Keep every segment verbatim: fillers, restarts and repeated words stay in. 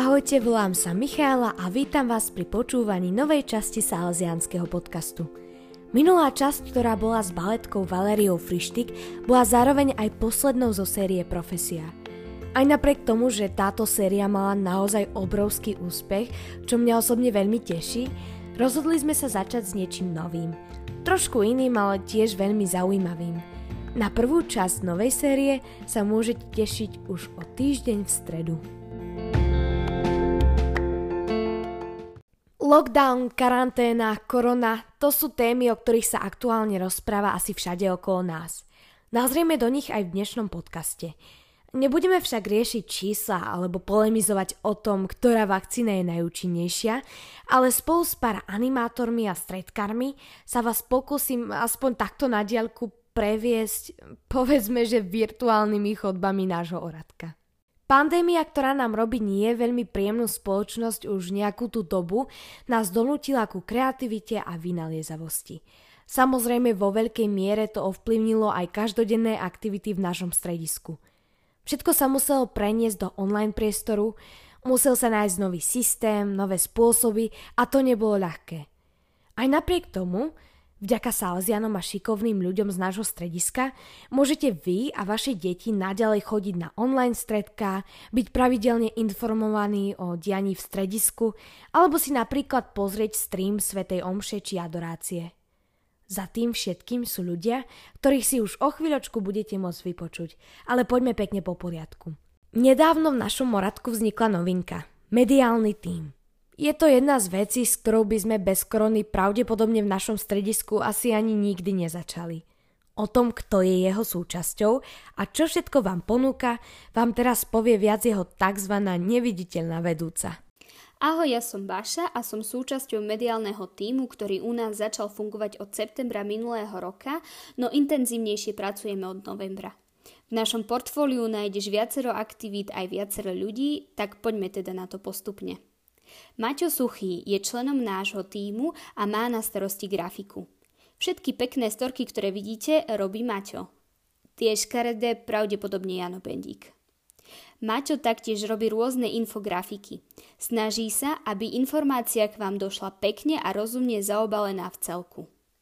Ahojte, volám sa Michála a vítam vás pri počúvaní novej časti Salesiánskeho podcastu. Minulá časť, ktorá bola s baletkou Valériou Frištik, bola zároveň aj poslednou zo série Profesia. Aj napriek tomu, že táto séria mala naozaj obrovský úspech, čo mňa osobne veľmi teší, rozhodli sme sa začať s niečím novým. Trošku iným, ale tiež veľmi zaujímavým. Na prvú časť novej série sa môžete tešiť už o týždeň v stredu. Lockdown, karanténa, korona, to sú témy, o ktorých sa aktuálne rozpráva asi všade okolo nás. Nazrieme do nich aj v dnešnom podcaste. Nebudeme však riešiť čísla alebo polemizovať o tom, ktorá vakcína je najúčinnejšia, ale spolu s pár animátormi a stredkármi sa vás pokúsim aspoň takto na diaľku previesť, povedzme, že virtuálnymi chodbami nášho Oradka. Pandémia, ktorá nám robí nie veľmi príjemnú spoločnosť už nejakú tú dobu, nás donútila ku kreativite a vynaliezavosti. Samozrejme vo veľkej miere to ovplyvnilo aj každodenné aktivity v našom stredisku. Všetko sa muselo preniesť do online priestoru, musel sa nájsť nový systém, nové spôsoby a to nebolo ľahké. Aj napriek tomu, vďaka Salesianom a šikovným ľuďom z nášho strediska, môžete vy a vaše deti naďalej chodiť na online stredká, byť pravidelne informovaní o dianí v stredisku alebo si napríklad pozrieť stream svätej omše či adorácie. Za tým všetkým sú ľudia, ktorých si už o chvíľočku budete môcť vypočuť, ale poďme pekne po poriadku. Nedávno v našom Moradku vznikla novinka – mediálny tím. Je to jedna z vecí, s ktorou by sme bez korony pravdepodobne v našom stredisku asi ani nikdy nezačali. O tom, kto je jeho súčasťou a čo všetko vám ponúka, vám teraz povie viac jeho tzv. Neviditeľná vedúca. Ahoj, ja som Baša a som súčasťou mediálneho tímu, ktorý u nás začal fungovať od septembra minulého roka, no intenzívnejšie pracujeme od novembra. V našom portfóliu nájdeš viacero aktivít aj viacero ľudí, tak poďme teda na to postupne. Maťo Suchý je členom nášho tímu a má na starosti grafiku. Všetky pekné storky, ktoré vidíte, robí Maťo. Tie škaredé pravdepodobne Jano Bendík. Maťo taktiež robí rôzne infografiky. Snaží sa, aby informácia k vám došla pekne a rozumne zaobalená v celku.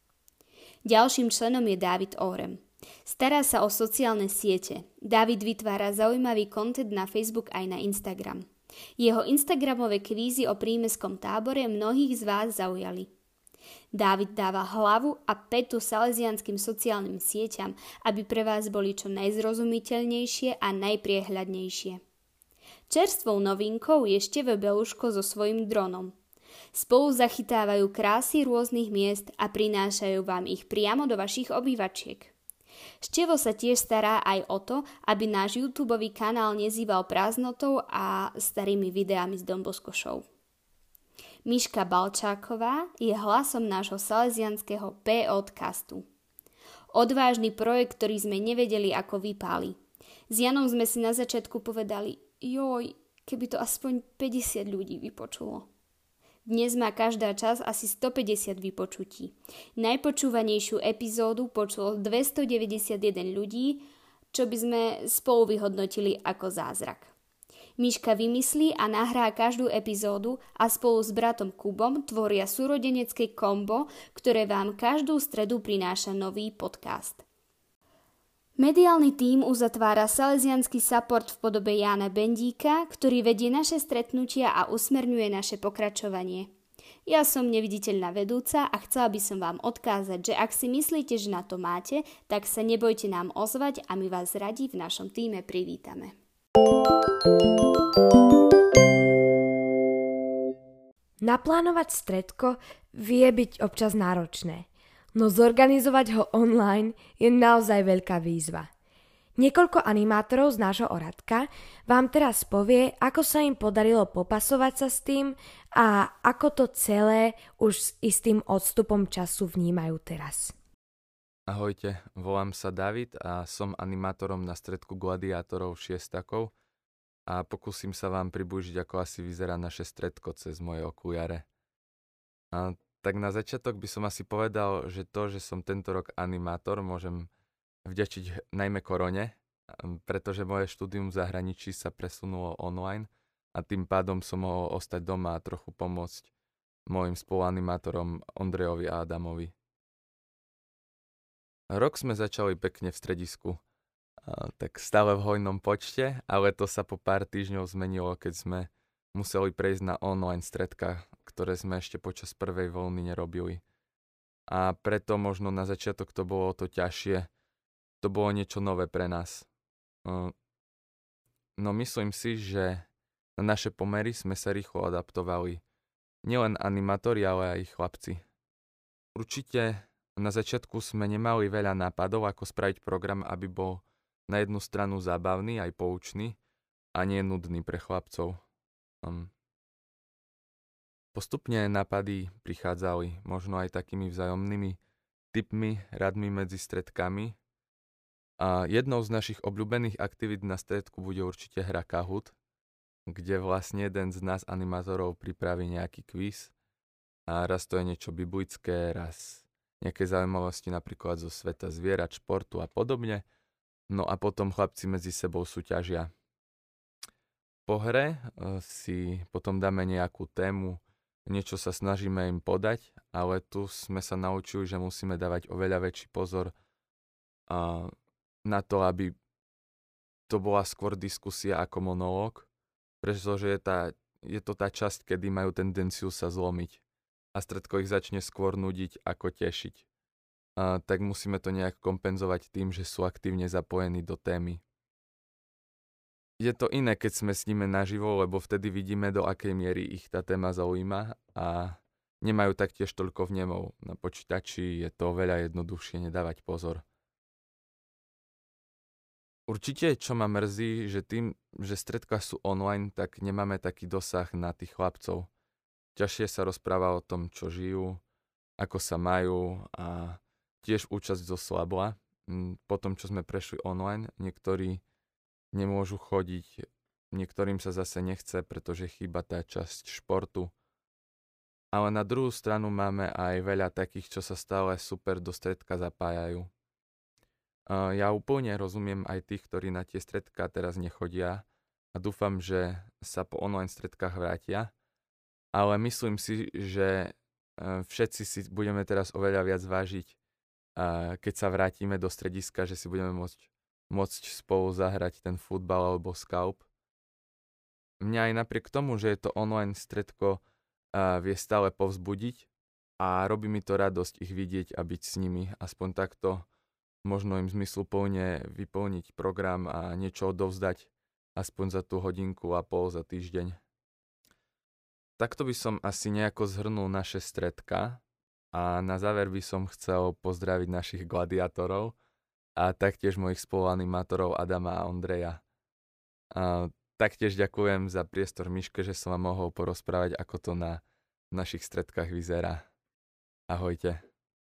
Ďalším členom je Dávid Orem. Stará sa o sociálne siete. Dávid vytvára zaujímavý content na Facebook aj na Instagram. Jeho instagramové kvízy o prímestskom tábore mnohých z vás zaujali. Dávid dáva hlavu a petu salesianským sociálnym sieťam, aby pre vás boli čo najzrozumiteľnejšie a najpriehľadnejšie. Čerstvou novinkou je Števo Beluško so svojím dronom. Spolu zachytávajú krásy rôznych miest a prinášajú vám ich priamo do vašich obývačiek. Števo sa tiež stará aj o to, aby náš YouTubeový kanál nezýval prázdnotou a starými videami z Don Bosco Show. Miška Balčáková je hlasom nášho salesianského podcastu. Odvážny projekt, ktorý sme nevedeli, ako vypáli. S Janom sme si na začiatku povedali, joj, keby to aspoň päťdesiat ľudí vypočulo. Dnes má každá časť asi stopäťdesiat vypočutí. Najpočúvanejšiu epizódu počulo dvestodeväťdesiatjeden ľudí, čo by sme spolu vyhodnotili ako zázrak. Miška vymyslí a nahrá každú epizódu a spolu s bratom Kubom tvoria súrodenecké kombo, ktoré vám každú stredu prináša nový podcast. Mediálny tím uzatvára salesiansky support v podobe Jána Bendíka, ktorý vedie naše stretnutia a usmerňuje naše pokračovanie. Ja som neviditeľná vedúca a chcela by som vám odkázať, že ak si myslíte, že na to máte, tak sa nebojte nám ozvať a my vás radi v našom tíme privítame. Naplánovať stredko vie byť občas náročné. No zorganizovať ho online je naozaj veľká výzva. Niekoľko animátorov z nášho Oradka vám teraz povie, ako sa im podarilo popasovať sa s tým a ako to celé už s istým odstupom času vnímajú teraz. Ahojte, volám sa David a som animátorom na stredku gladiátorov Šiestakov a pokúsim sa vám priblížiť, ako asi vyzerá naše stredko cez moje okuliare. A tak na začiatok by som asi povedal, že to, že som tento rok animátor, môžem vďačiť najmä korone, pretože moje štúdium v zahraničí sa presunulo online a tým pádom som mohol ostať doma a trochu pomôcť môjim spoluanimátorom Ondrejovi a Adamovi. Rok sme začali pekne v stredisku, a, tak stále v hojnom počte, ale to sa po pár týždňov zmenilo, keď sme museli prejsť na online stredka, ktoré sme ešte počas prvej voľny nerobili. A preto možno na začiatok to bolo to ťažšie. To bolo niečo nové pre nás. No myslím si, že na naše pomery sme sa rýchlo adaptovali. Nielen animátori, ale aj chlapci. Určite na začiatku sme nemali veľa nápadov, ako spraviť program, aby bol na jednu stranu zábavný aj poučný a nie nudný pre chlapcov. Um, Postupne nápady prichádzali, možno aj takými vzájomnými tipmi, radmi medzi stredkami. A jednou z našich obľúbených aktivít na stredku bude určite hra Kahoot, kde vlastne jeden z nás animátorov pripraví nejaký kvíz. A raz to je niečo biblické, raz nejaké zaujímavosti napríklad zo sveta zvierat, športu a podobne. No a potom chlapci medzi sebou súťažia. Po hre si potom dáme nejakú tému, niečo sa snažíme im podať, ale tu sme sa naučili, že musíme dávať oveľa väčší pozor a, na to, aby to bola skôr diskusia ako monológ, pretože je, tá, je to tá časť, kedy majú tendenciu sa zlomiť a stredko ich začne skôr nudiť ako tešiť. A, tak musíme to nejak kompenzovať tým, že sú aktívne zapojení do témy. Je to iné, keď sme s nimi naživo, lebo vtedy vidíme, do akej miery ich tá téma zaujíma a nemajú taktiež toľko vnemov. Na počítači je to veľa jednoduchšie nedávať pozor. Určite, čo ma mrzí, že tým, že stredka sú online, tak nemáme taký dosah na tých chlapcov. Ťažšie sa rozpráva o tom, čo žijú, ako sa majú a tiež účasť zoslabla. Po tom, čo sme prešli online, niektorí nemôžu chodiť, niektorým sa zase nechce, pretože chýba tá časť športu. Ale na druhú stranu máme aj veľa takých, čo sa stále super do stredka zapájajú. Ja úplne rozumiem aj tých, ktorí na tie stredka teraz nechodia a dúfam, že sa po online stredkách vrátia. Ale myslím si, že všetci si budeme teraz oveľa viac vážiť, keď sa vrátime do strediska, že si budeme môcť môcť spolu zahrať ten futbal alebo skalp. Mňa aj napriek tomu, že je to online stredko, uh, vie stále povzbudiť a robí mi to radosť ich vidieť a byť s nimi. Aspoň takto možno im zmysluplne vyplniť program a niečo odovzdať aspoň za tú hodinku a pol za týždeň. Takto by som asi nejako zhrnul naše stredka a na záver by som chcel pozdraviť našich gladiátorov a taktiež mojich spoluanimátorov Adama a Ondreja. A taktiež ďakujem za priestor Miške, že som vám mohol porozprávať, ako to na našich stredkách vyzerá. Ahojte.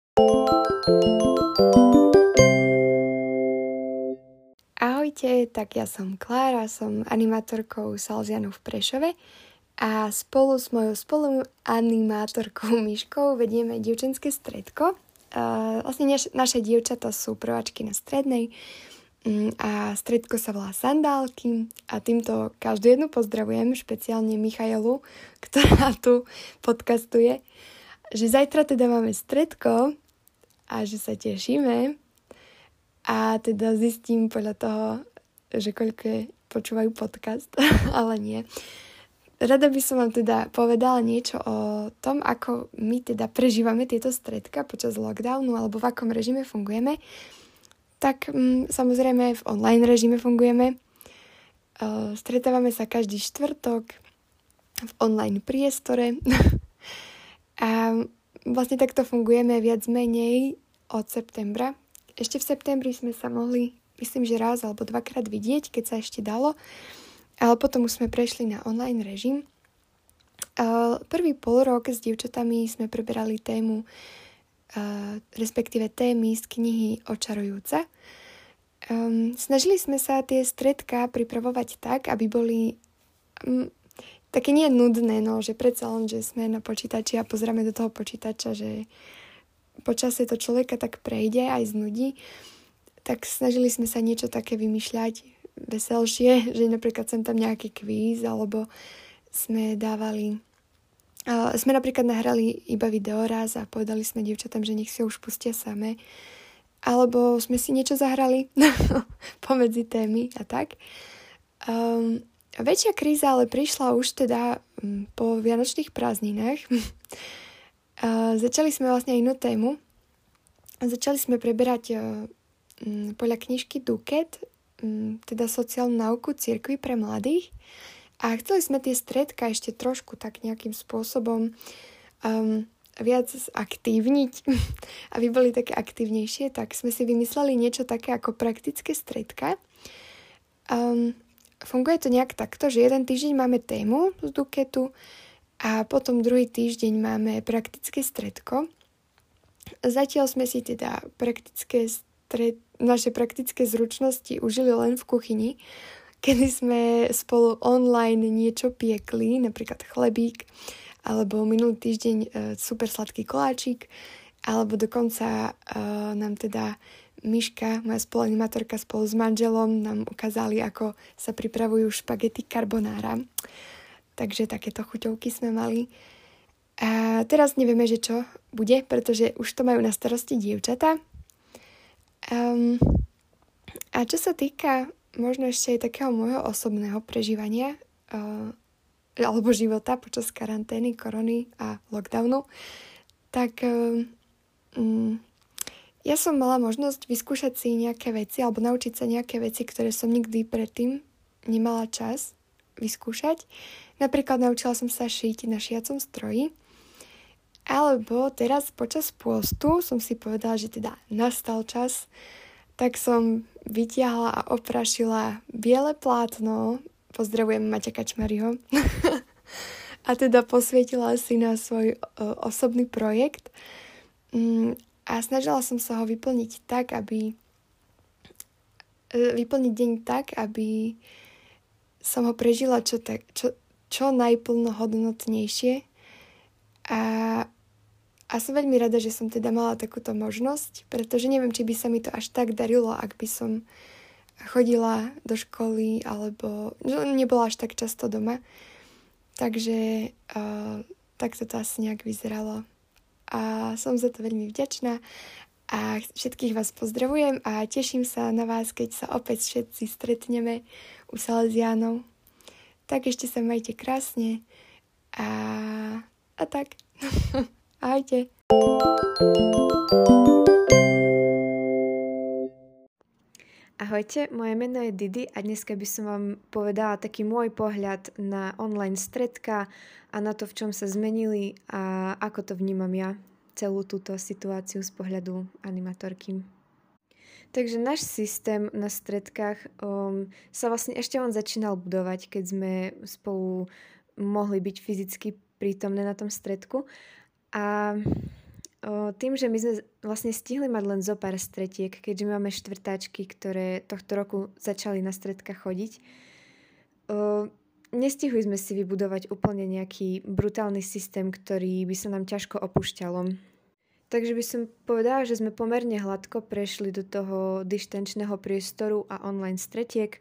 Ahojte, tak ja som Klára, som animátorkou Salesianu v Prešove a spolu s mojou spoluanimátorkou Miškou vedieme dievčenské stredko. Uh, vlastne naš, naše dievčatá sú prváčky na strednej um, a stredko sa volá Sandálky a týmto každú jednu pozdravujem, špeciálne Michailu, ktorá tu podcastuje, že zajtra teda máme stredko a že sa tešíme a teda zistím podľa toho, že koľko počúvajú podcast, ale nie. Rada by som vám teda povedala niečo o tom, ako my teda prežívame tieto stredka počas lockdownu alebo v akom režime fungujeme. Tak mm, samozrejme v online režime fungujeme. Uh, stretávame sa každý štvrtok v online priestore a vlastne takto fungujeme viac menej od septembra. Ešte v septembri sme sa mohli, myslím, že raz alebo dvakrát vidieť, keď sa ešte dalo. Ale potom už sme prešli na online režim. Uh, prvý pol rok s dievčatami sme preberali tému, uh, respektíve témy z knihy Očarujúca. Um, snažili sme sa tie stredká pripravovať tak, aby boli um, také nie nudné, no, že predsa len, že sme na počítači a pozeráme do toho počítača, že počasie to človeka tak prejde aj znudí. Tak snažili sme sa niečo také vymýšľať, veselšie, že napríklad sem tam nejaký kvíz, alebo sme dávali, uh, sme napríklad nahrali iba videoraz a povedali sme dievčatám, že nech si ho už pustia samé, alebo sme si niečo zahrali pomedzi témy a tak. Um, väčšia kríza ale prišla už teda um, po vianočných prázdninách. uh, začali sme vlastne inú tému. Začali sme preberať uh, um, podľa knižky Duket, um, teda sociálnu náuku cirkvi pre mladých. A chceli sme tie stredka ešte trošku tak nejakým spôsobom um, viac aktívniť, aby boli také aktívnejšie, tak sme si vymysleli niečo také ako praktické stredka. Um, funguje to nejak takto, že jeden týždeň máme tému z Duketu a potom druhý týždeň máme praktické stredko. Zatiaľ sme si teda praktické stred... naše praktické zručnosti užili len v kuchyni, kedy sme spolu online niečo piekli, napríklad chlebík, alebo minulý týždeň e, super sladký koláčik, alebo dokonca e, nám teda Miška, moja spoluanimátorka spolu s manželom nám ukázali, ako sa pripravujú špagety carbonara. Takže takéto chuťovky sme mali. A teraz nevieme, že čo bude, pretože už to majú na starosti dievčatá. Um, a čo sa týka možno ešte aj takého môjho osobného prežívania, uh, alebo života počas karantény, korony a lockdownu, tak um, ja som mala možnosť vyskúšať si nejaké veci alebo naučiť sa nejaké veci, ktoré som nikdy predtým nemala čas vyskúšať. Napríklad naučila som sa šiť na šiacom stroji, alebo teraz počas pôstu som si povedala, že teda nastal čas, tak som vytiahla a oprašila biele plátno. Pozdravujem Maťa Kačmariho. A teda posvietila si na svoj uh, osobný projekt. Um, a snažila som sa ho vyplniť tak, aby uh, vyplniť deň tak, aby som ho prežila čo, tak, čo, čo najplnohodnotnejšie. A, a som veľmi rada, že som teda mala takúto možnosť, pretože neviem, či by sa mi to až tak darilo, ak by som chodila do školy alebo no, nebola až tak často doma. Takže uh, takto to asi nejak vyzeralo. A som za to veľmi vďačná a všetkých vás pozdravujem a teším sa na vás, keď sa opäť všetci stretneme u Salesiánov. Tak ešte sa majte krásne a, a tak. Ahojte. Ahojte, moje meno je Didi a dneska by som vám povedala taký môj pohľad na online stredka a na to, v čom sa zmenili a ako to vnímam ja, celú túto situáciu z pohľadu animatorky. Takže náš systém na stredkách um, sa vlastne ešte len začínal budovať, keď sme spolu mohli byť fyzicky prítomné na tom stredku. A tým, že my sme vlastne stihli mať len zo pár stretiek, keďže máme štvrtáčky, ktoré tohto roku začali na stredka chodiť, nestihli sme si vybudovať úplne nejaký brutálny systém, ktorý by sa nám ťažko opúšťalo. Takže by som povedala, že sme pomerne hladko prešli do toho dištančného priestoru a online stretiek.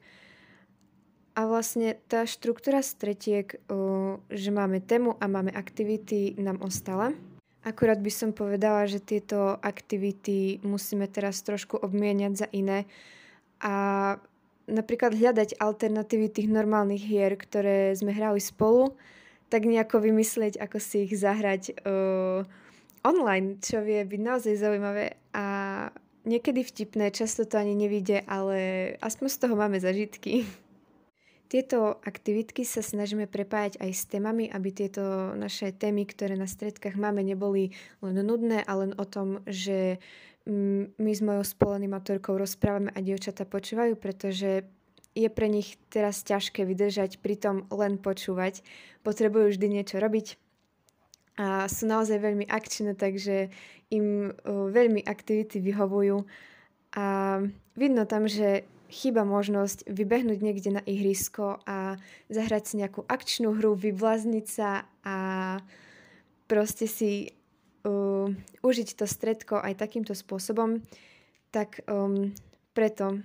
A vlastne tá štruktúra stretiek, že máme tému a máme aktivity, nám ostala. Akurát by som povedala, že tieto aktivity musíme teraz trošku obmieniať za iné a napríklad hľadať alternatívy tých normálnych hier, ktoré sme hrali spolu, tak nejako vymyslieť, ako si ich zahrať uh, online, čo vie byť naozaj zaujímavé a niekedy vtipné, často to ani nevíde, ale aspoň z toho máme zažitky. Tieto aktivitky sa snažíme prepájať aj s témami, aby tieto naše témy, ktoré na stredkách máme, neboli len nudné a len o tom, že my s mojou spoluanimátorkou rozprávame a dievčatá počúvajú, pretože je pre nich teraz ťažké vydržať, pritom len počúvať. Potrebujú vždy niečo robiť a sú naozaj veľmi akčné, takže im veľmi aktivity vyhovujú a vidno tam, že chýba možnosť vybehnúť niekde na ihrisko a zahrať si nejakú akčnú hru, vyblázniť sa a proste si uh, užiť to stredko aj takýmto spôsobom. Tak um, preto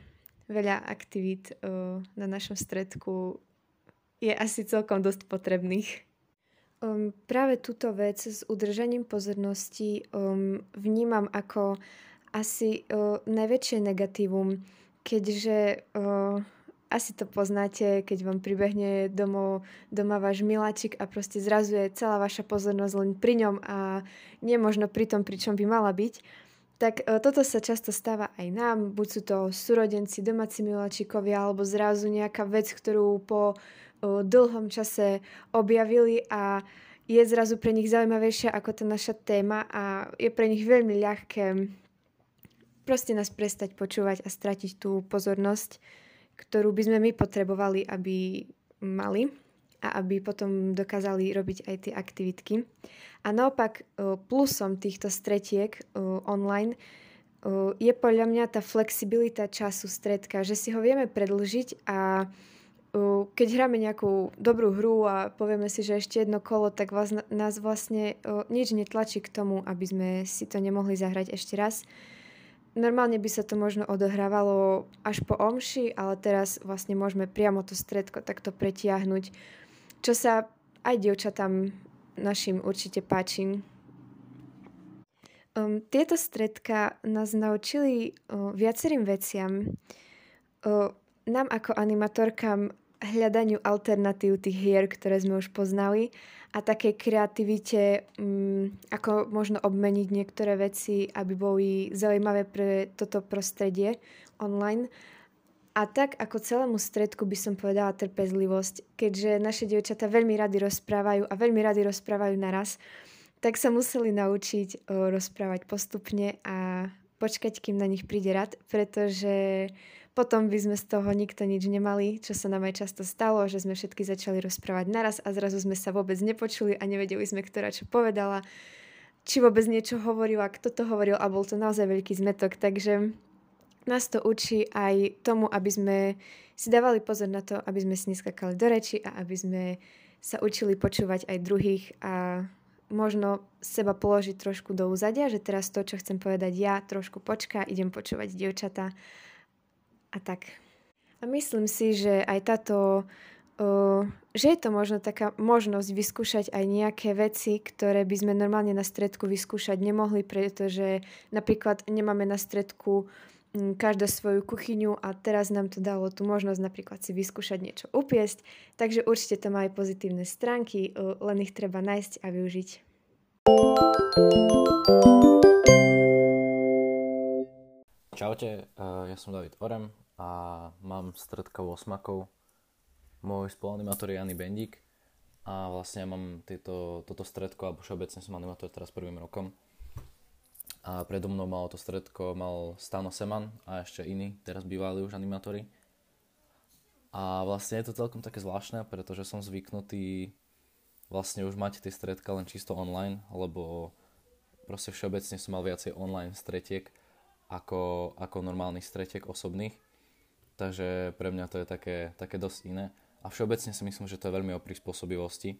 veľa aktivít uh, na našom stredku je asi celkom dosť potrebných. Um, práve túto vec s udržaním pozornosti um, vnímam ako asi uh, najväčšie negatívum, keďže uh, asi to poznáte, keď vám pribehne domov, doma váš miláčik a proste zrazu je celá vaša pozornosť len pri ňom a nie možno pri tom, pri čom by mala byť. Tak uh, toto sa často stáva aj nám, buď sú to súrodenci, domáci miláčikovia, alebo zrazu nejaká vec, ktorú po dlhom čase objavili a je zrazu pre nich zaujímavejšia ako tá naša téma a je pre nich veľmi ľahké proste nás prestať počúvať a stratiť tú pozornosť, ktorú by sme my potrebovali, aby mali a aby potom dokázali robiť aj tie aktivitky. A naopak plusom týchto stretiek online je podľa mňa tá flexibilita času stredka, že si ho vieme predĺžiť a keď hráme nejakú dobrú hru a povieme si, že ešte jedno kolo, tak vás, nás vlastne o, nič netlačí k tomu, aby sme si to nemohli zahrať ešte raz. Normálne by sa to možno odohrávalo až po omši, ale teraz vlastne môžeme priamo to stredko takto pretiahnuť, čo sa aj dievčatám našim určite páči. Um, tieto stredka nás naučili uh, viacerým veciam. Uh, nám ako animatorkám hľadaniu alternatív tých hier, ktoré sme už poznali a také kreativite, um, ako možno obmeniť niektoré veci, aby boli zaujímavé pre toto prostredie online. A tak ako celému stredku by som povedala trpezlivosť, keďže naše dievčatá veľmi rady rozprávajú a veľmi rady rozprávajú naraz, tak sa museli naučiť o, rozprávať postupne a počkať, kým na nich príde rad, pretože potom by sme z toho nikto nič nemali, čo sa nám aj často stalo, že sme všetky začali rozprávať naraz a zrazu sme sa vôbec nepočuli a nevedeli sme, ktorá čo povedala, či vôbec niečo hovorila, kto to hovoril a bol to naozaj veľký zmetok, takže nás to učí aj tomu, aby sme si dávali pozor na to, aby sme si neskakali do reči a aby sme sa učili počúvať aj druhých a možno seba položiť trošku do úzadia, že teraz to, čo chcem povedať ja, trošku počká, idem počúvať dievčatá a tak. A myslím si, že aj táto, uh, že je to možno taká možnosť vyskúšať aj nejaké veci, ktoré by sme normálne na stredku vyskúšať nemohli, pretože napríklad nemáme na stredku um, každá svoju kuchyňu a teraz nám to dalo tú možnosť napríklad si vyskúšať niečo upiesť, takže určite to má aj pozitívne stránky, uh, len ich treba nájsť a využiť. Čaute, ja som David Orem a mám stredka osmakov. Môj spoluanimátor je Jany Bendík a vlastne mám tieto, toto stredko, alebo všeobecne som animátor teraz prvým rokom. A predo mnou mal to stredko mal Stano Seman a ešte iní, teraz bývali už animátori. A vlastne je to celkom také zvláštne, pretože som zvyknutý vlastne už mať tie stredka len čisto online, lebo proste všeobecne som mal viacej online stretiek ako, ako normálnych stretiek osobných. Takže pre mňa to je také, také dosť iné. A všeobecne si myslím, že to je veľmi o prispôsobivosti.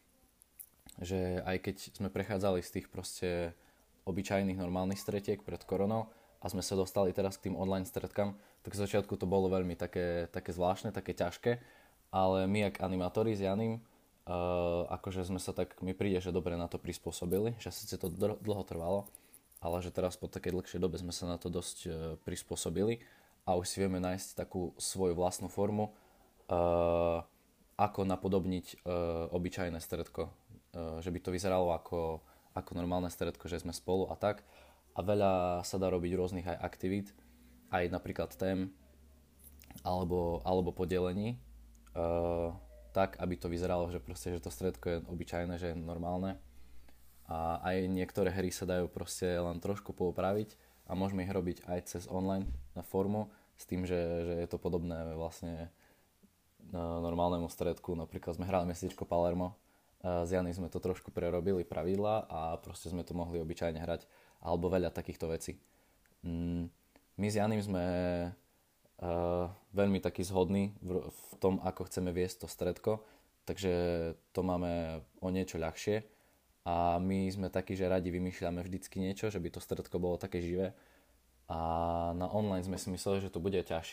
Že aj keď sme prechádzali z tých proste obyčajných normálnych stretiek pred koronou a sme sa dostali teraz k tým online stredkám, tak z začiatku to bolo veľmi také, také zvláštne, také ťažké. Ale my, jak animátori s Janym, Uh, akože sme sa tak, mi príde, že dobre na to prispôsobili, že síce to dl- dlho trvalo, ale že teraz po takej dlhšej dobe sme sa na to dosť uh, prispôsobili a už si vieme nájsť takú svoju vlastnú formu, uh, ako napodobniť uh, obyčajné stredko, uh, že by to vyzeralo ako, ako normálne stredko, že sme spolu a tak. A veľa sa dá robiť rôznych aj aktivít, aj napríklad tém alebo, alebo podelení. Uh, tak, aby to vyzeralo, že proste, že to stredko je obyčajné, že je normálne. A aj niektoré hry sa dajú proste len trošku poupraviť a môžeme ich robiť aj cez online na formu, s tým, že, že je to podobné vlastne normálnemu stredku. Napríklad sme hrali mestečko Palermo, s Jany sme to trošku prerobili pravidlá a proste sme to mohli obyčajne hrať, alebo veľa takýchto vecí. My s Janym sme Uh, veľmi taký zhodný v, v tom, ako chceme viesť to stredko, takže to máme o niečo ľahšie a my sme takí, že radi vymýšľame vždycky niečo, že by to stredko bolo také živé a na online sme si mysleli, že to bude ťažšie,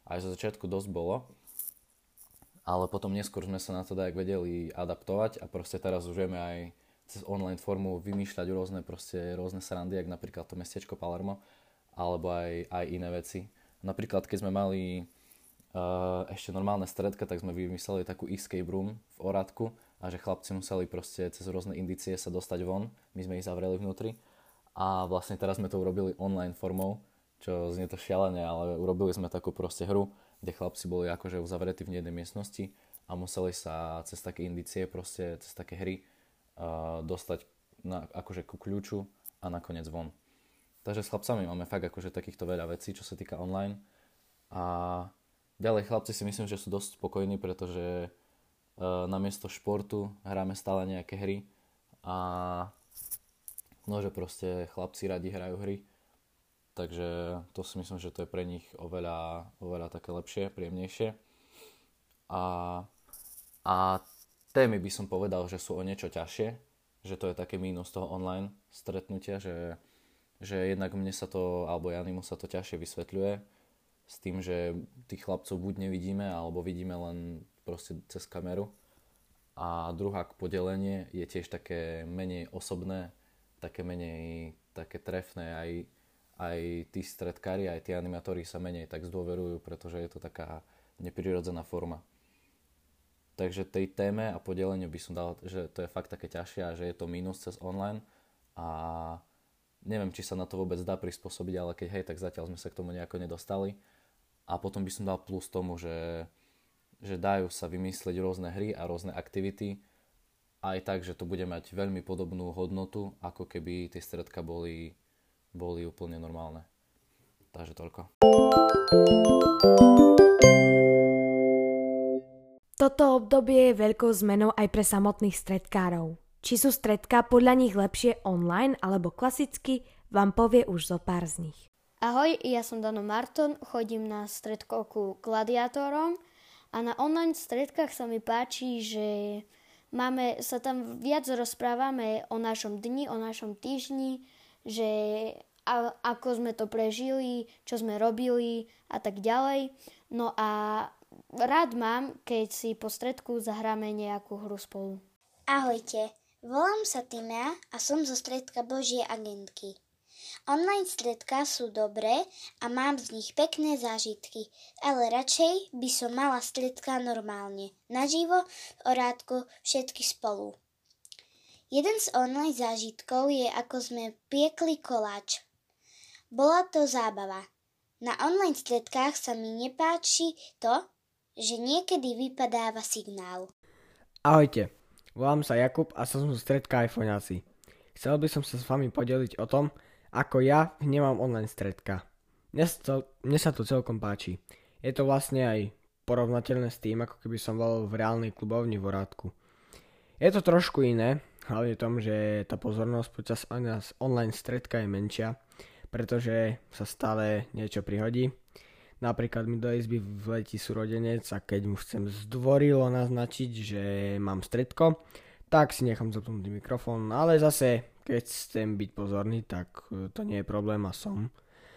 aj zo začiatku dosť bolo, ale potom neskôr sme sa na to tak vedeli adaptovať a proste teraz už vieme aj cez online formu vymýšľať rôzne, proste, rôzne srandy, jak napríklad to mestečko Palermo, alebo aj, aj iné veci. Napríklad, keď sme mali uh, ešte normálne stredka, tak sme vymysleli takú escape room v Oradku a že chlapci museli proste cez rôzne indície sa dostať von, my sme ich zavreli vnútri a vlastne teraz sme to urobili online formou, čo znie to šialene, ale urobili sme takú proste hru, kde chlapci boli akože uzavretí v jednej miestnosti a museli sa cez také indície, proste cez také hry uh, dostať na, akože ku kľúču a nakoniec von. Takže s chlapcami máme fakt akože takýchto veľa vecí, čo sa týka online. A ďalej chlapci si myslím, že sú dosť spokojní, pretože uh, namiesto športu hráme stále nejaké hry a no, že proste chlapci radi hrajú hry. Takže to si myslím, že to je pre nich oveľa, oveľa také lepšie, príjemnejšie. A, a témy by som povedal, že sú o niečo ťažšie, že to je také mínus toho online stretnutia, že, že jednak mne sa to, alebo Janimu sa to ťažšie vysvetľuje s tým, že tých chlapcov buď nevidíme, alebo vidíme len proste cez kameru. A druhá podelenie je tiež také menej osobné, také menej také trefné, aj aj tí stredkári, aj tí animátori sa menej tak zdôverujú, pretože je to taká neprirodzená forma. Takže tej téme a podeleniu by som dal, že to je fakt také ťažšie a že je to mínus cez online a neviem, či sa na to vôbec dá prispôsobiť, ale keď hej, tak zatiaľ sme sa k tomu nejako nedostali. A potom by som dal plus tomu, že, že dajú sa vymyslieť rôzne hry a rôzne aktivity aj tak, že to bude mať veľmi podobnú hodnotu, ako keby tie stredka boli boli úplne normálne. Takže toľko. Toto obdobie je veľkou zmenou aj pre samotných stredkárov. Či sú stredká podľa nich lepšie online alebo klasicky, vám povie už zo pár z nich. Ahoj, ja som Dano Marton, chodím na stredkovku Gladiátorom a na online stredkách sa mi páči, že máme, sa tam viac rozprávame o našom dni, o našom týždni, že a, ako sme to prežili, čo sme robili a tak ďalej. No a rád mám, keď si po stredku zahráme nejakú hru spolu. Ahojte, volám sa Timea a som zo stredka Božie agentky. Online stredká sú dobré a mám z nich pekné zážitky, ale radšej by som mala stredká normálne, naživo, v Orádku, všetky spolu. Jeden z online zážitkov je, ako sme piekli koláč. Bola to zábava. Na online stredkách sa mi nepáči to, že niekedy vypadáva signál. Ahojte, volám sa Jakub a som zo stredka iPhoneáci. Chcel by som sa s vami podeliť o tom, ako ja vnímam online stredka. Mne sa, to, mne sa to celkom páči. Je to vlastne aj porovnateľné s tým, ako keby som bol v reálnej klubovni v Orádku. Je to trošku iné, hlavne v tom, že tá pozornosť počas online stredka je menšia, pretože sa stále niečo prihodí. Napríklad mi do izby vletí súrodenec a keď mu chcem zdvorilo naznačiť, že mám stredko, tak si nechám zapnutý mikrofón, ale zase, keď chcem byť pozorný, tak to nie je problém a som.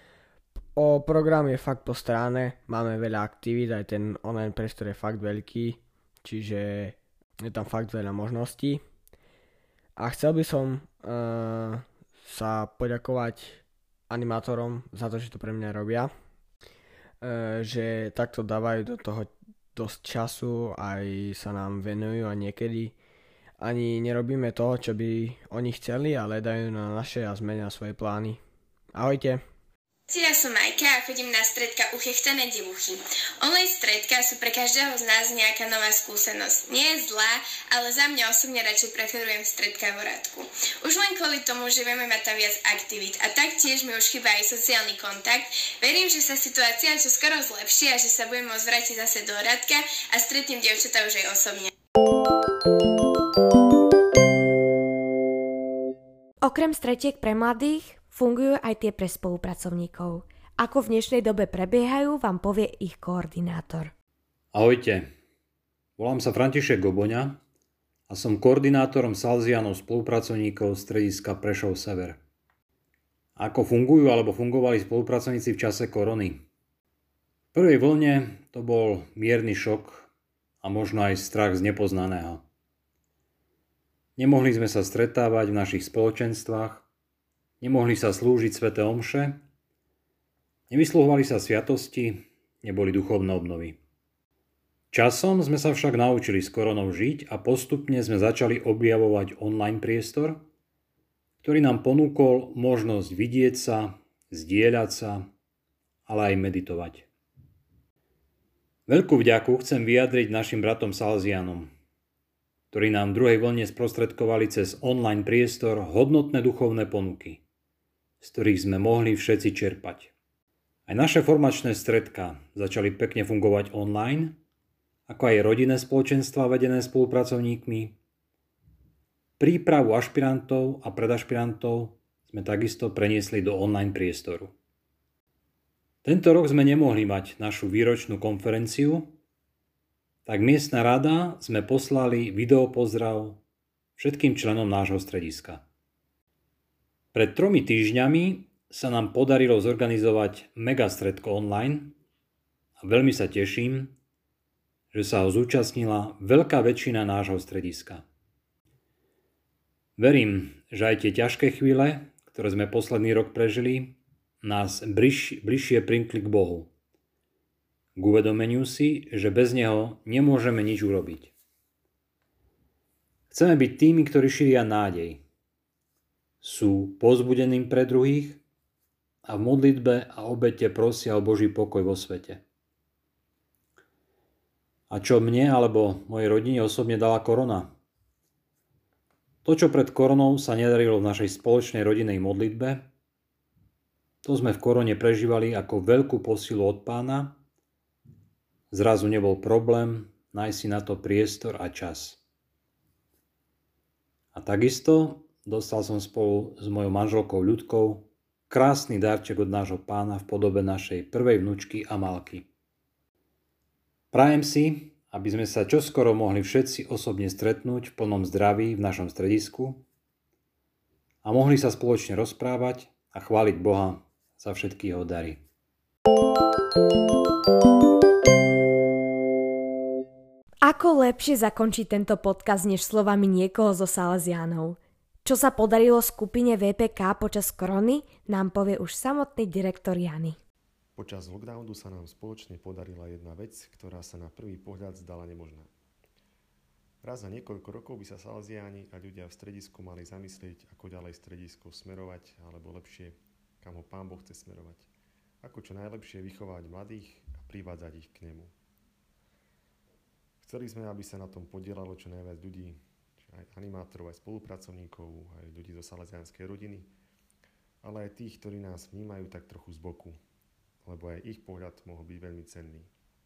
O program je fakt postráne, máme veľa aktivít, aj ten online priestor je fakt veľký, čiže je tam fakt veľa možností. A chcel by som uh, sa poďakovať animátorom za to, že to pre mňa robia. Uh, že takto dávajú do toho dosť času, aj sa nám venujú a niekedy ani nerobíme to, čo by oni chceli, ale dajú na naše a zmenia svoje plány. Ahojte! Ja som Majka a chodím na stredka Uchechtané divuchy. Online stredka sú pre každého z nás nejaká nová skúsenosť. Nie je zlá, ale za mňa osobne radšej preferujem stredka v Orádku. Už len kvôli tomu, že vieme mať tam viac aktivít a taktiež mi už chýba aj sociálny kontakt. Verím, že sa situácia čo skoro zlepší a že sa budeme môcť vrátiť zase do Orádka a stretnem dievčatá už aj osobne. Okrem stretiek pre mladých fungujú aj tie pre spolupracovníkov. Ako v dnešnej dobe prebiehajú, vám povie ich koordinátor. Ahojte, volám sa František Goboňa a som koordinátorom Salesianov spolupracovníkov strediska Prešov Sever. Ako fungujú alebo fungovali spolupracovníci v čase korony? prvej vlne to bol mierny šok a možno aj strach z nepoznaného. Nemohli sme sa stretávať v našich spoločenstvách, nemohli sa slúžiť sväté omše, nevysluhovali sa sviatosti, neboli duchovné obnovy. Časom sme sa však naučili s koronou žiť a postupne sme začali objavovať online priestor, ktorý nám ponúkol možnosť vidieť sa, zdieľať sa, ale aj meditovať. Veľkú vďaku chcem vyjadriť našim bratom Salesianom, ktorí nám v druhej vlne sprostredkovali cez online priestor hodnotné duchovné ponuky, z ktorých sme mohli všetci čerpať. Aj naše formačné stredká začali pekne fungovať online, ako aj rodinné spoločenstvá vedené spolupracovníkmi. Prípravu ašpirantov a predašpirantov sme takisto preniesli do online priestoru. Tento rok sme nemohli mať našu výročnú konferenciu, tak miestna rada sme poslali videopozdrav všetkým členom nášho strediska. Pred tromi týždňami sa nám podarilo zorganizovať megastredko online a veľmi sa teším, že sa ho zúčastnila veľká väčšina nášho strediska. Verím, že aj tie ťažké chvíle, ktoré sme posledný rok prežili, nás bliž, bližšie primkli k Bohu. K uvedomeniu si, že bez Neho nemôžeme nič urobiť. Chceme byť tými, ktorí šíria nádej. Sú povzbudeným pre druhých a v modlitbe a obete prosia o Boží pokoj vo svete. A čo mne alebo mojej rodine osobne dala korona? To, čo pred koronou sa nedarilo v našej spoločnej rodinnej modlitbe, to sme v korone prežívali ako veľkú posilu od Pána. Zrazu nebol problém nájsť si na to priestor a čas. A takisto dostal som spolu s mojou manželkou Ľudkou krásny darček od nášho Pána v podobe našej prvej vnučky Amalky. Prajem si, aby sme sa čoskoro mohli všetci osobne stretnúť v plnom zdraví v našom stredisku a mohli sa spoločne rozprávať a chváliť Boha za všetky jeho dary. Ako lepšie zakončiť tento podcast než slovami niekoho zo Salesiánov? Čo sa podarilo skupine vé pé ká počas korony, nám povie už samotný direktor Jany. Počas lockdownu sa nám spoločne podarila jedna vec, ktorá sa na prvý pohľad zdala nemožná. Raz za niekoľko rokov by sa Salesiáni a ľudia v stredisku mali zamyslieť, ako ďalej stredisko smerovať, alebo lepšie, kam ho Pán Boh chce smerovať. Ako čo najlepšie vychovať mladých a privádzať ich k nemu. Chceli sme, aby sa na tom podielalo čo najviac ľudí, aj animátorov, aj spolupracovníkov, aj ľudí zo salesianskej rodiny, ale aj tých, ktorí nás vnímajú tak trochu z boku, lebo aj ich pohľad mohol byť veľmi cenný.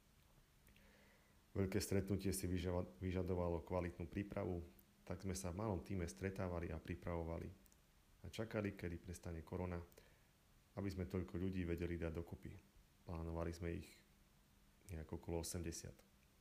Veľké stretnutie si vyžadovalo kvalitnú prípravu, tak sme sa v malom tíme stretávali a pripravovali. A čakali, kedy prestane korona, aby sme toľko ľudí vedeli dať dokopy. Plánovali sme ich nejak okolo osemdesiat.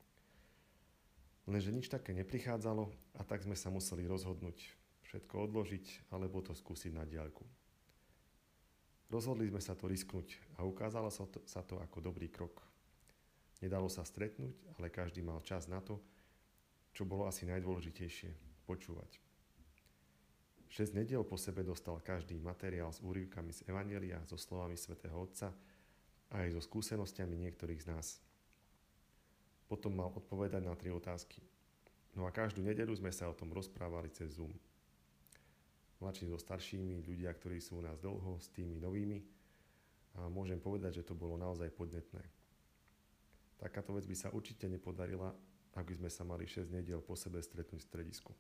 Lenže nič také neprichádzalo a tak sme sa museli rozhodnúť všetko odložiť alebo to skúsiť na diaľku. Rozhodli sme sa to risknúť a ukázalo sa to, sa to ako dobrý krok. Nedalo sa stretnúť, ale každý mal čas na to, čo bolo asi najdôležitejšie – počúvať. Šesť nediel po sebe dostal každý materiál s úryvkami z Evanjelia, so slovami svätého Otca a aj so skúsenostiami niektorých z nás. Potom mal odpovedať na tri otázky. No a každú nedeľu sme sa o tom rozprávali cez Zoom. Mladší so staršími, ľudia, ktorí sú u nás dlho, s tými novými. A môžem povedať, že to bolo naozaj podnetné. Takáto vec by sa určite nepodarila, ak by sme sa mali šesť nediel po sebe stretnúť v stredisku.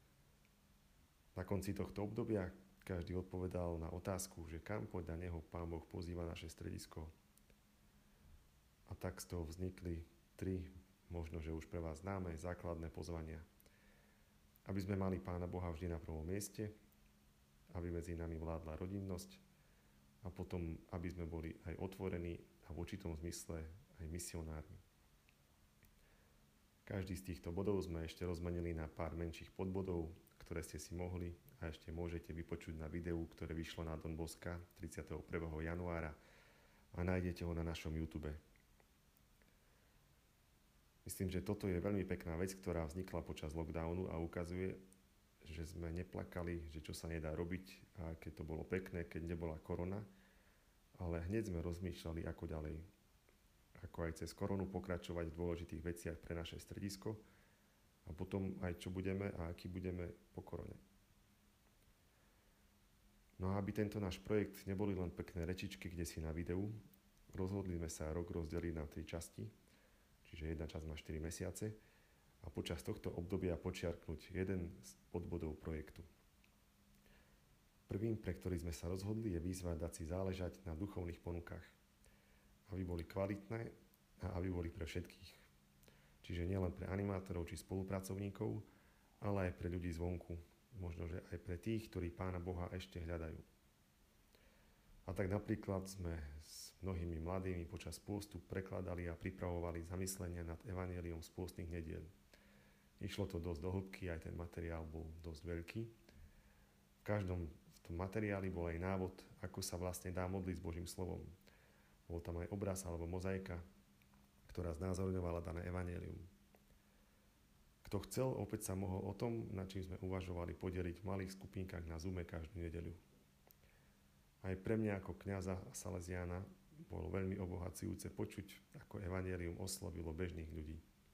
Na konci tohto obdobia každý odpovedal na otázku, že kam podľa neho Pán Boh pozýva naše stredisko. A tak z toho vznikli tri, možno že už pre vás známe, základné pozvania. Aby sme mali Pána Boha vždy na prvom mieste, aby medzi nami vládla rodinnosť a potom, aby sme boli aj otvorení a v určitom zmysle aj misionármi. Každý z týchto bodov sme ešte rozmenili na pár menších podbodov, ktoré ste si mohli a ešte môžete vypočuť na videu, ktoré vyšlo na Don Bosca tridsiateho prvého januára a nájdete ho na našom YouTube. Myslím, že toto je veľmi pekná vec, ktorá vznikla počas lockdownu a ukazuje, že sme neplakali, že čo sa nedá robiť a keď to bolo pekné, keď nebola korona, ale hneď sme rozmýšľali, ako ďalej. Ako aj cez koronu pokračovať v dôležitých veciach pre naše stredisko a potom aj čo budeme a aký budeme po korone. No a aby tento náš projekt neboli len pekné rečičky, kde si na videu, rozhodli sme sa rok rozdeliť na tri časti, čiže jedna časť má štyri mesiace a počas tohto obdobia počiarknúť jeden z podbodov projektu. Prvým, pre ktorý sme sa rozhodli, je výzva dať si záležať na duchovných ponukách, aby boli kvalitné a aby boli pre všetkých. Čiže nielen pre animátorov či spolupracovníkov, ale aj pre ľudí zvonku, možno že aj pre tých, ktorí Pána Boha ešte hľadajú. A tak napríklad sme s mnohými mladými počas pôstu prekladali a pripravovali zamyslenia nad evanjeliom z pôstnych nediel. Išlo to dosť do hĺbky, aj ten materiál bol dosť veľký. V každom v tom materiáli bol aj návod, ako sa vlastne dá modliť s Božím slovom. Bol tam aj obraz alebo mozaika, ktorá znázorňovala dané evanjelium. Kto chcel, opäť sa mohol o tom, nad čím sme uvažovali, podeliť v malých skupinkách na Zoome každú nedeľu. Aj pre mňa ako kňaza a Salesiána bolo veľmi obohacujúce počuť, ako evanjelium oslovilo bežných ľudí.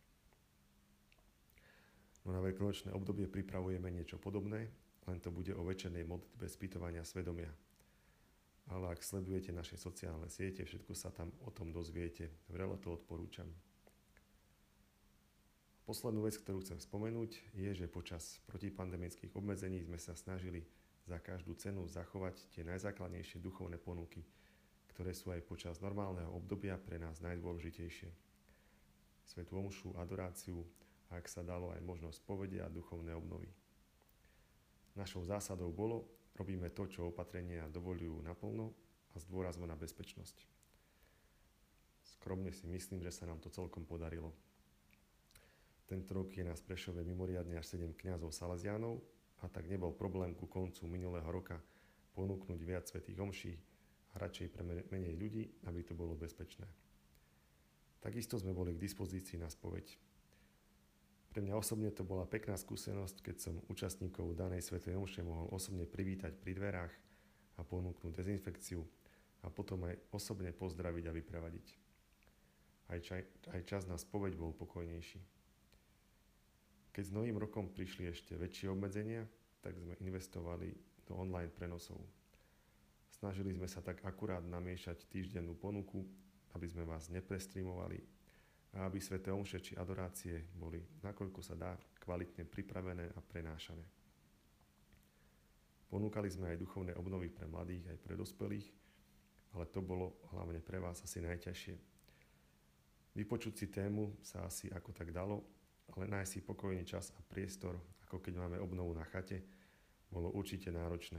No na veľkonočné obdobie pripravujeme niečo podobné, len to bude o večernej modlitbe spýtovania svedomia. Ale ak sledujete naše sociálne siete, všetko sa tam o tom dozviete. Vrelo to odporúčam. Poslednú vec, ktorú chcem spomenúť, je, že počas protipandemických obmedzení sme sa snažili za každú cenu zachovať tie najzákladnejšie duchovné ponuky, ktoré sú aj počas normálneho obdobia pre nás najdôležitejšie. Svätú omšu, adoráciu a ak sa dalo aj možnosť spovede a duchovné obnovy. Našou zásadou bolo, robíme to, čo opatrenia dovoľujú naplno a s dôrazom na bezpečnosť. Skromne si myslím, že sa nám to celkom podarilo. Tento rok je nás v Prešove mimoriadne až sedem kňazov Salesiánov a tak nebol problém ku koncu minulého roka ponúknuť viac svätých omší a radšej pre menej ľudí, aby to bolo bezpečné. Takisto sme boli k dispozícii na spoveď. Pre mňa osobne to bola pekná skúsenosť, keď som účastníkov danej svätej omše mohol osobne privítať pri dverách a ponúknuť dezinfekciu a potom aj osobne pozdraviť a vyprevadiť. Aj, čaj, aj čas na spoveď bol pokojnejší. Keď s novým rokom prišli ešte väčšie obmedzenia, tak sme investovali do online prenosov. Snažili sme sa tak akurát namiešať týždennú ponuku, aby sme vás neprestreamovali a aby sväté omše či adorácie boli, nakoľko sa dá, kvalitne pripravené a prenášané. Ponúkali sme aj duchovné obnovy pre mladých aj pre dospelých, ale to bolo hlavne pre vás asi najťažšie. Vypočuť si tému sa asi ako tak dalo, ale nájsť si pokojný čas a priestor, ako keď máme obnovu na chate, bolo určite náročné.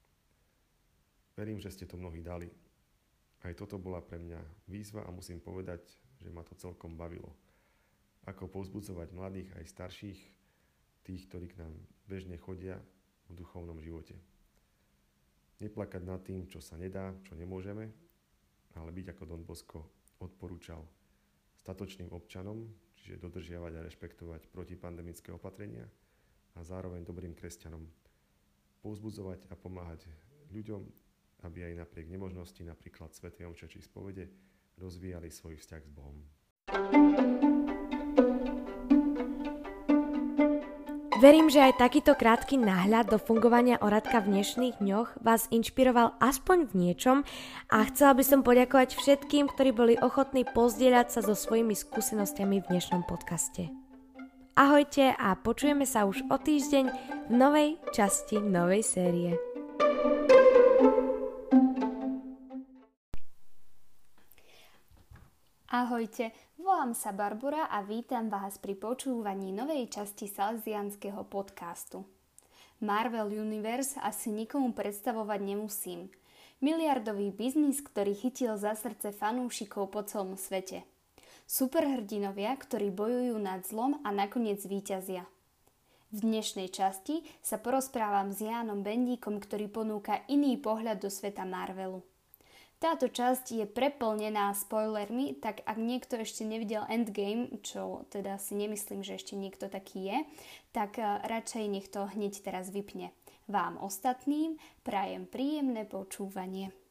Verím, že ste to mnohí dali. Aj toto bola pre mňa výzva a musím povedať, že ma to celkom bavilo. Ako povzbudzovať mladých aj starších, tých, ktorí k nám bežne chodia v duchovnom živote. Neplakať nad tým, čo sa nedá, čo nemôžeme, ale byť ako Don Bosco odporúčal statočným občanom, čiže dodržiavať a rešpektovať protipandemické opatrenia a zároveň dobrým kresťanom. Povzbudzovať a pomáhať ľuďom, aby aj napriek nemožnosti napríklad svätej omše či spovede rozvíjali svoj vzťah s Bohom. Verím, že aj takýto krátky náhľad do fungovania Oradka v dnešných dňoch vás inšpiroval aspoň v niečom a chcela by som poďakovať všetkým, ktorí boli ochotní pozdieľať sa so svojimi skúsenostiami v dnešnom podcaste. Ahojte a počujeme sa už o týždeň v novej časti novej série. Ahojte, volám sa Barbora a vítam vás pri počúvaní novej časti salesiánskeho podcastu. Marvel Universe asi nikomu predstavovať nemusím. Miliardový biznis, ktorý chytil za srdce fanúšikov po celom svete. Superhrdinovia, ktorí bojujú nad zlom a nakoniec víťazia. V dnešnej časti sa porozprávam s Jánom Bendíkom, ktorý ponúka iný pohľad do sveta Marvelu. Táto časť je preplnená spoilermi, tak ak niekto ešte nevidel Endgame, čo teda si nemyslím, že ešte niekto taký je, tak radšej nech to hneď teraz vypne. Vám ostatným prajem príjemné počúvanie.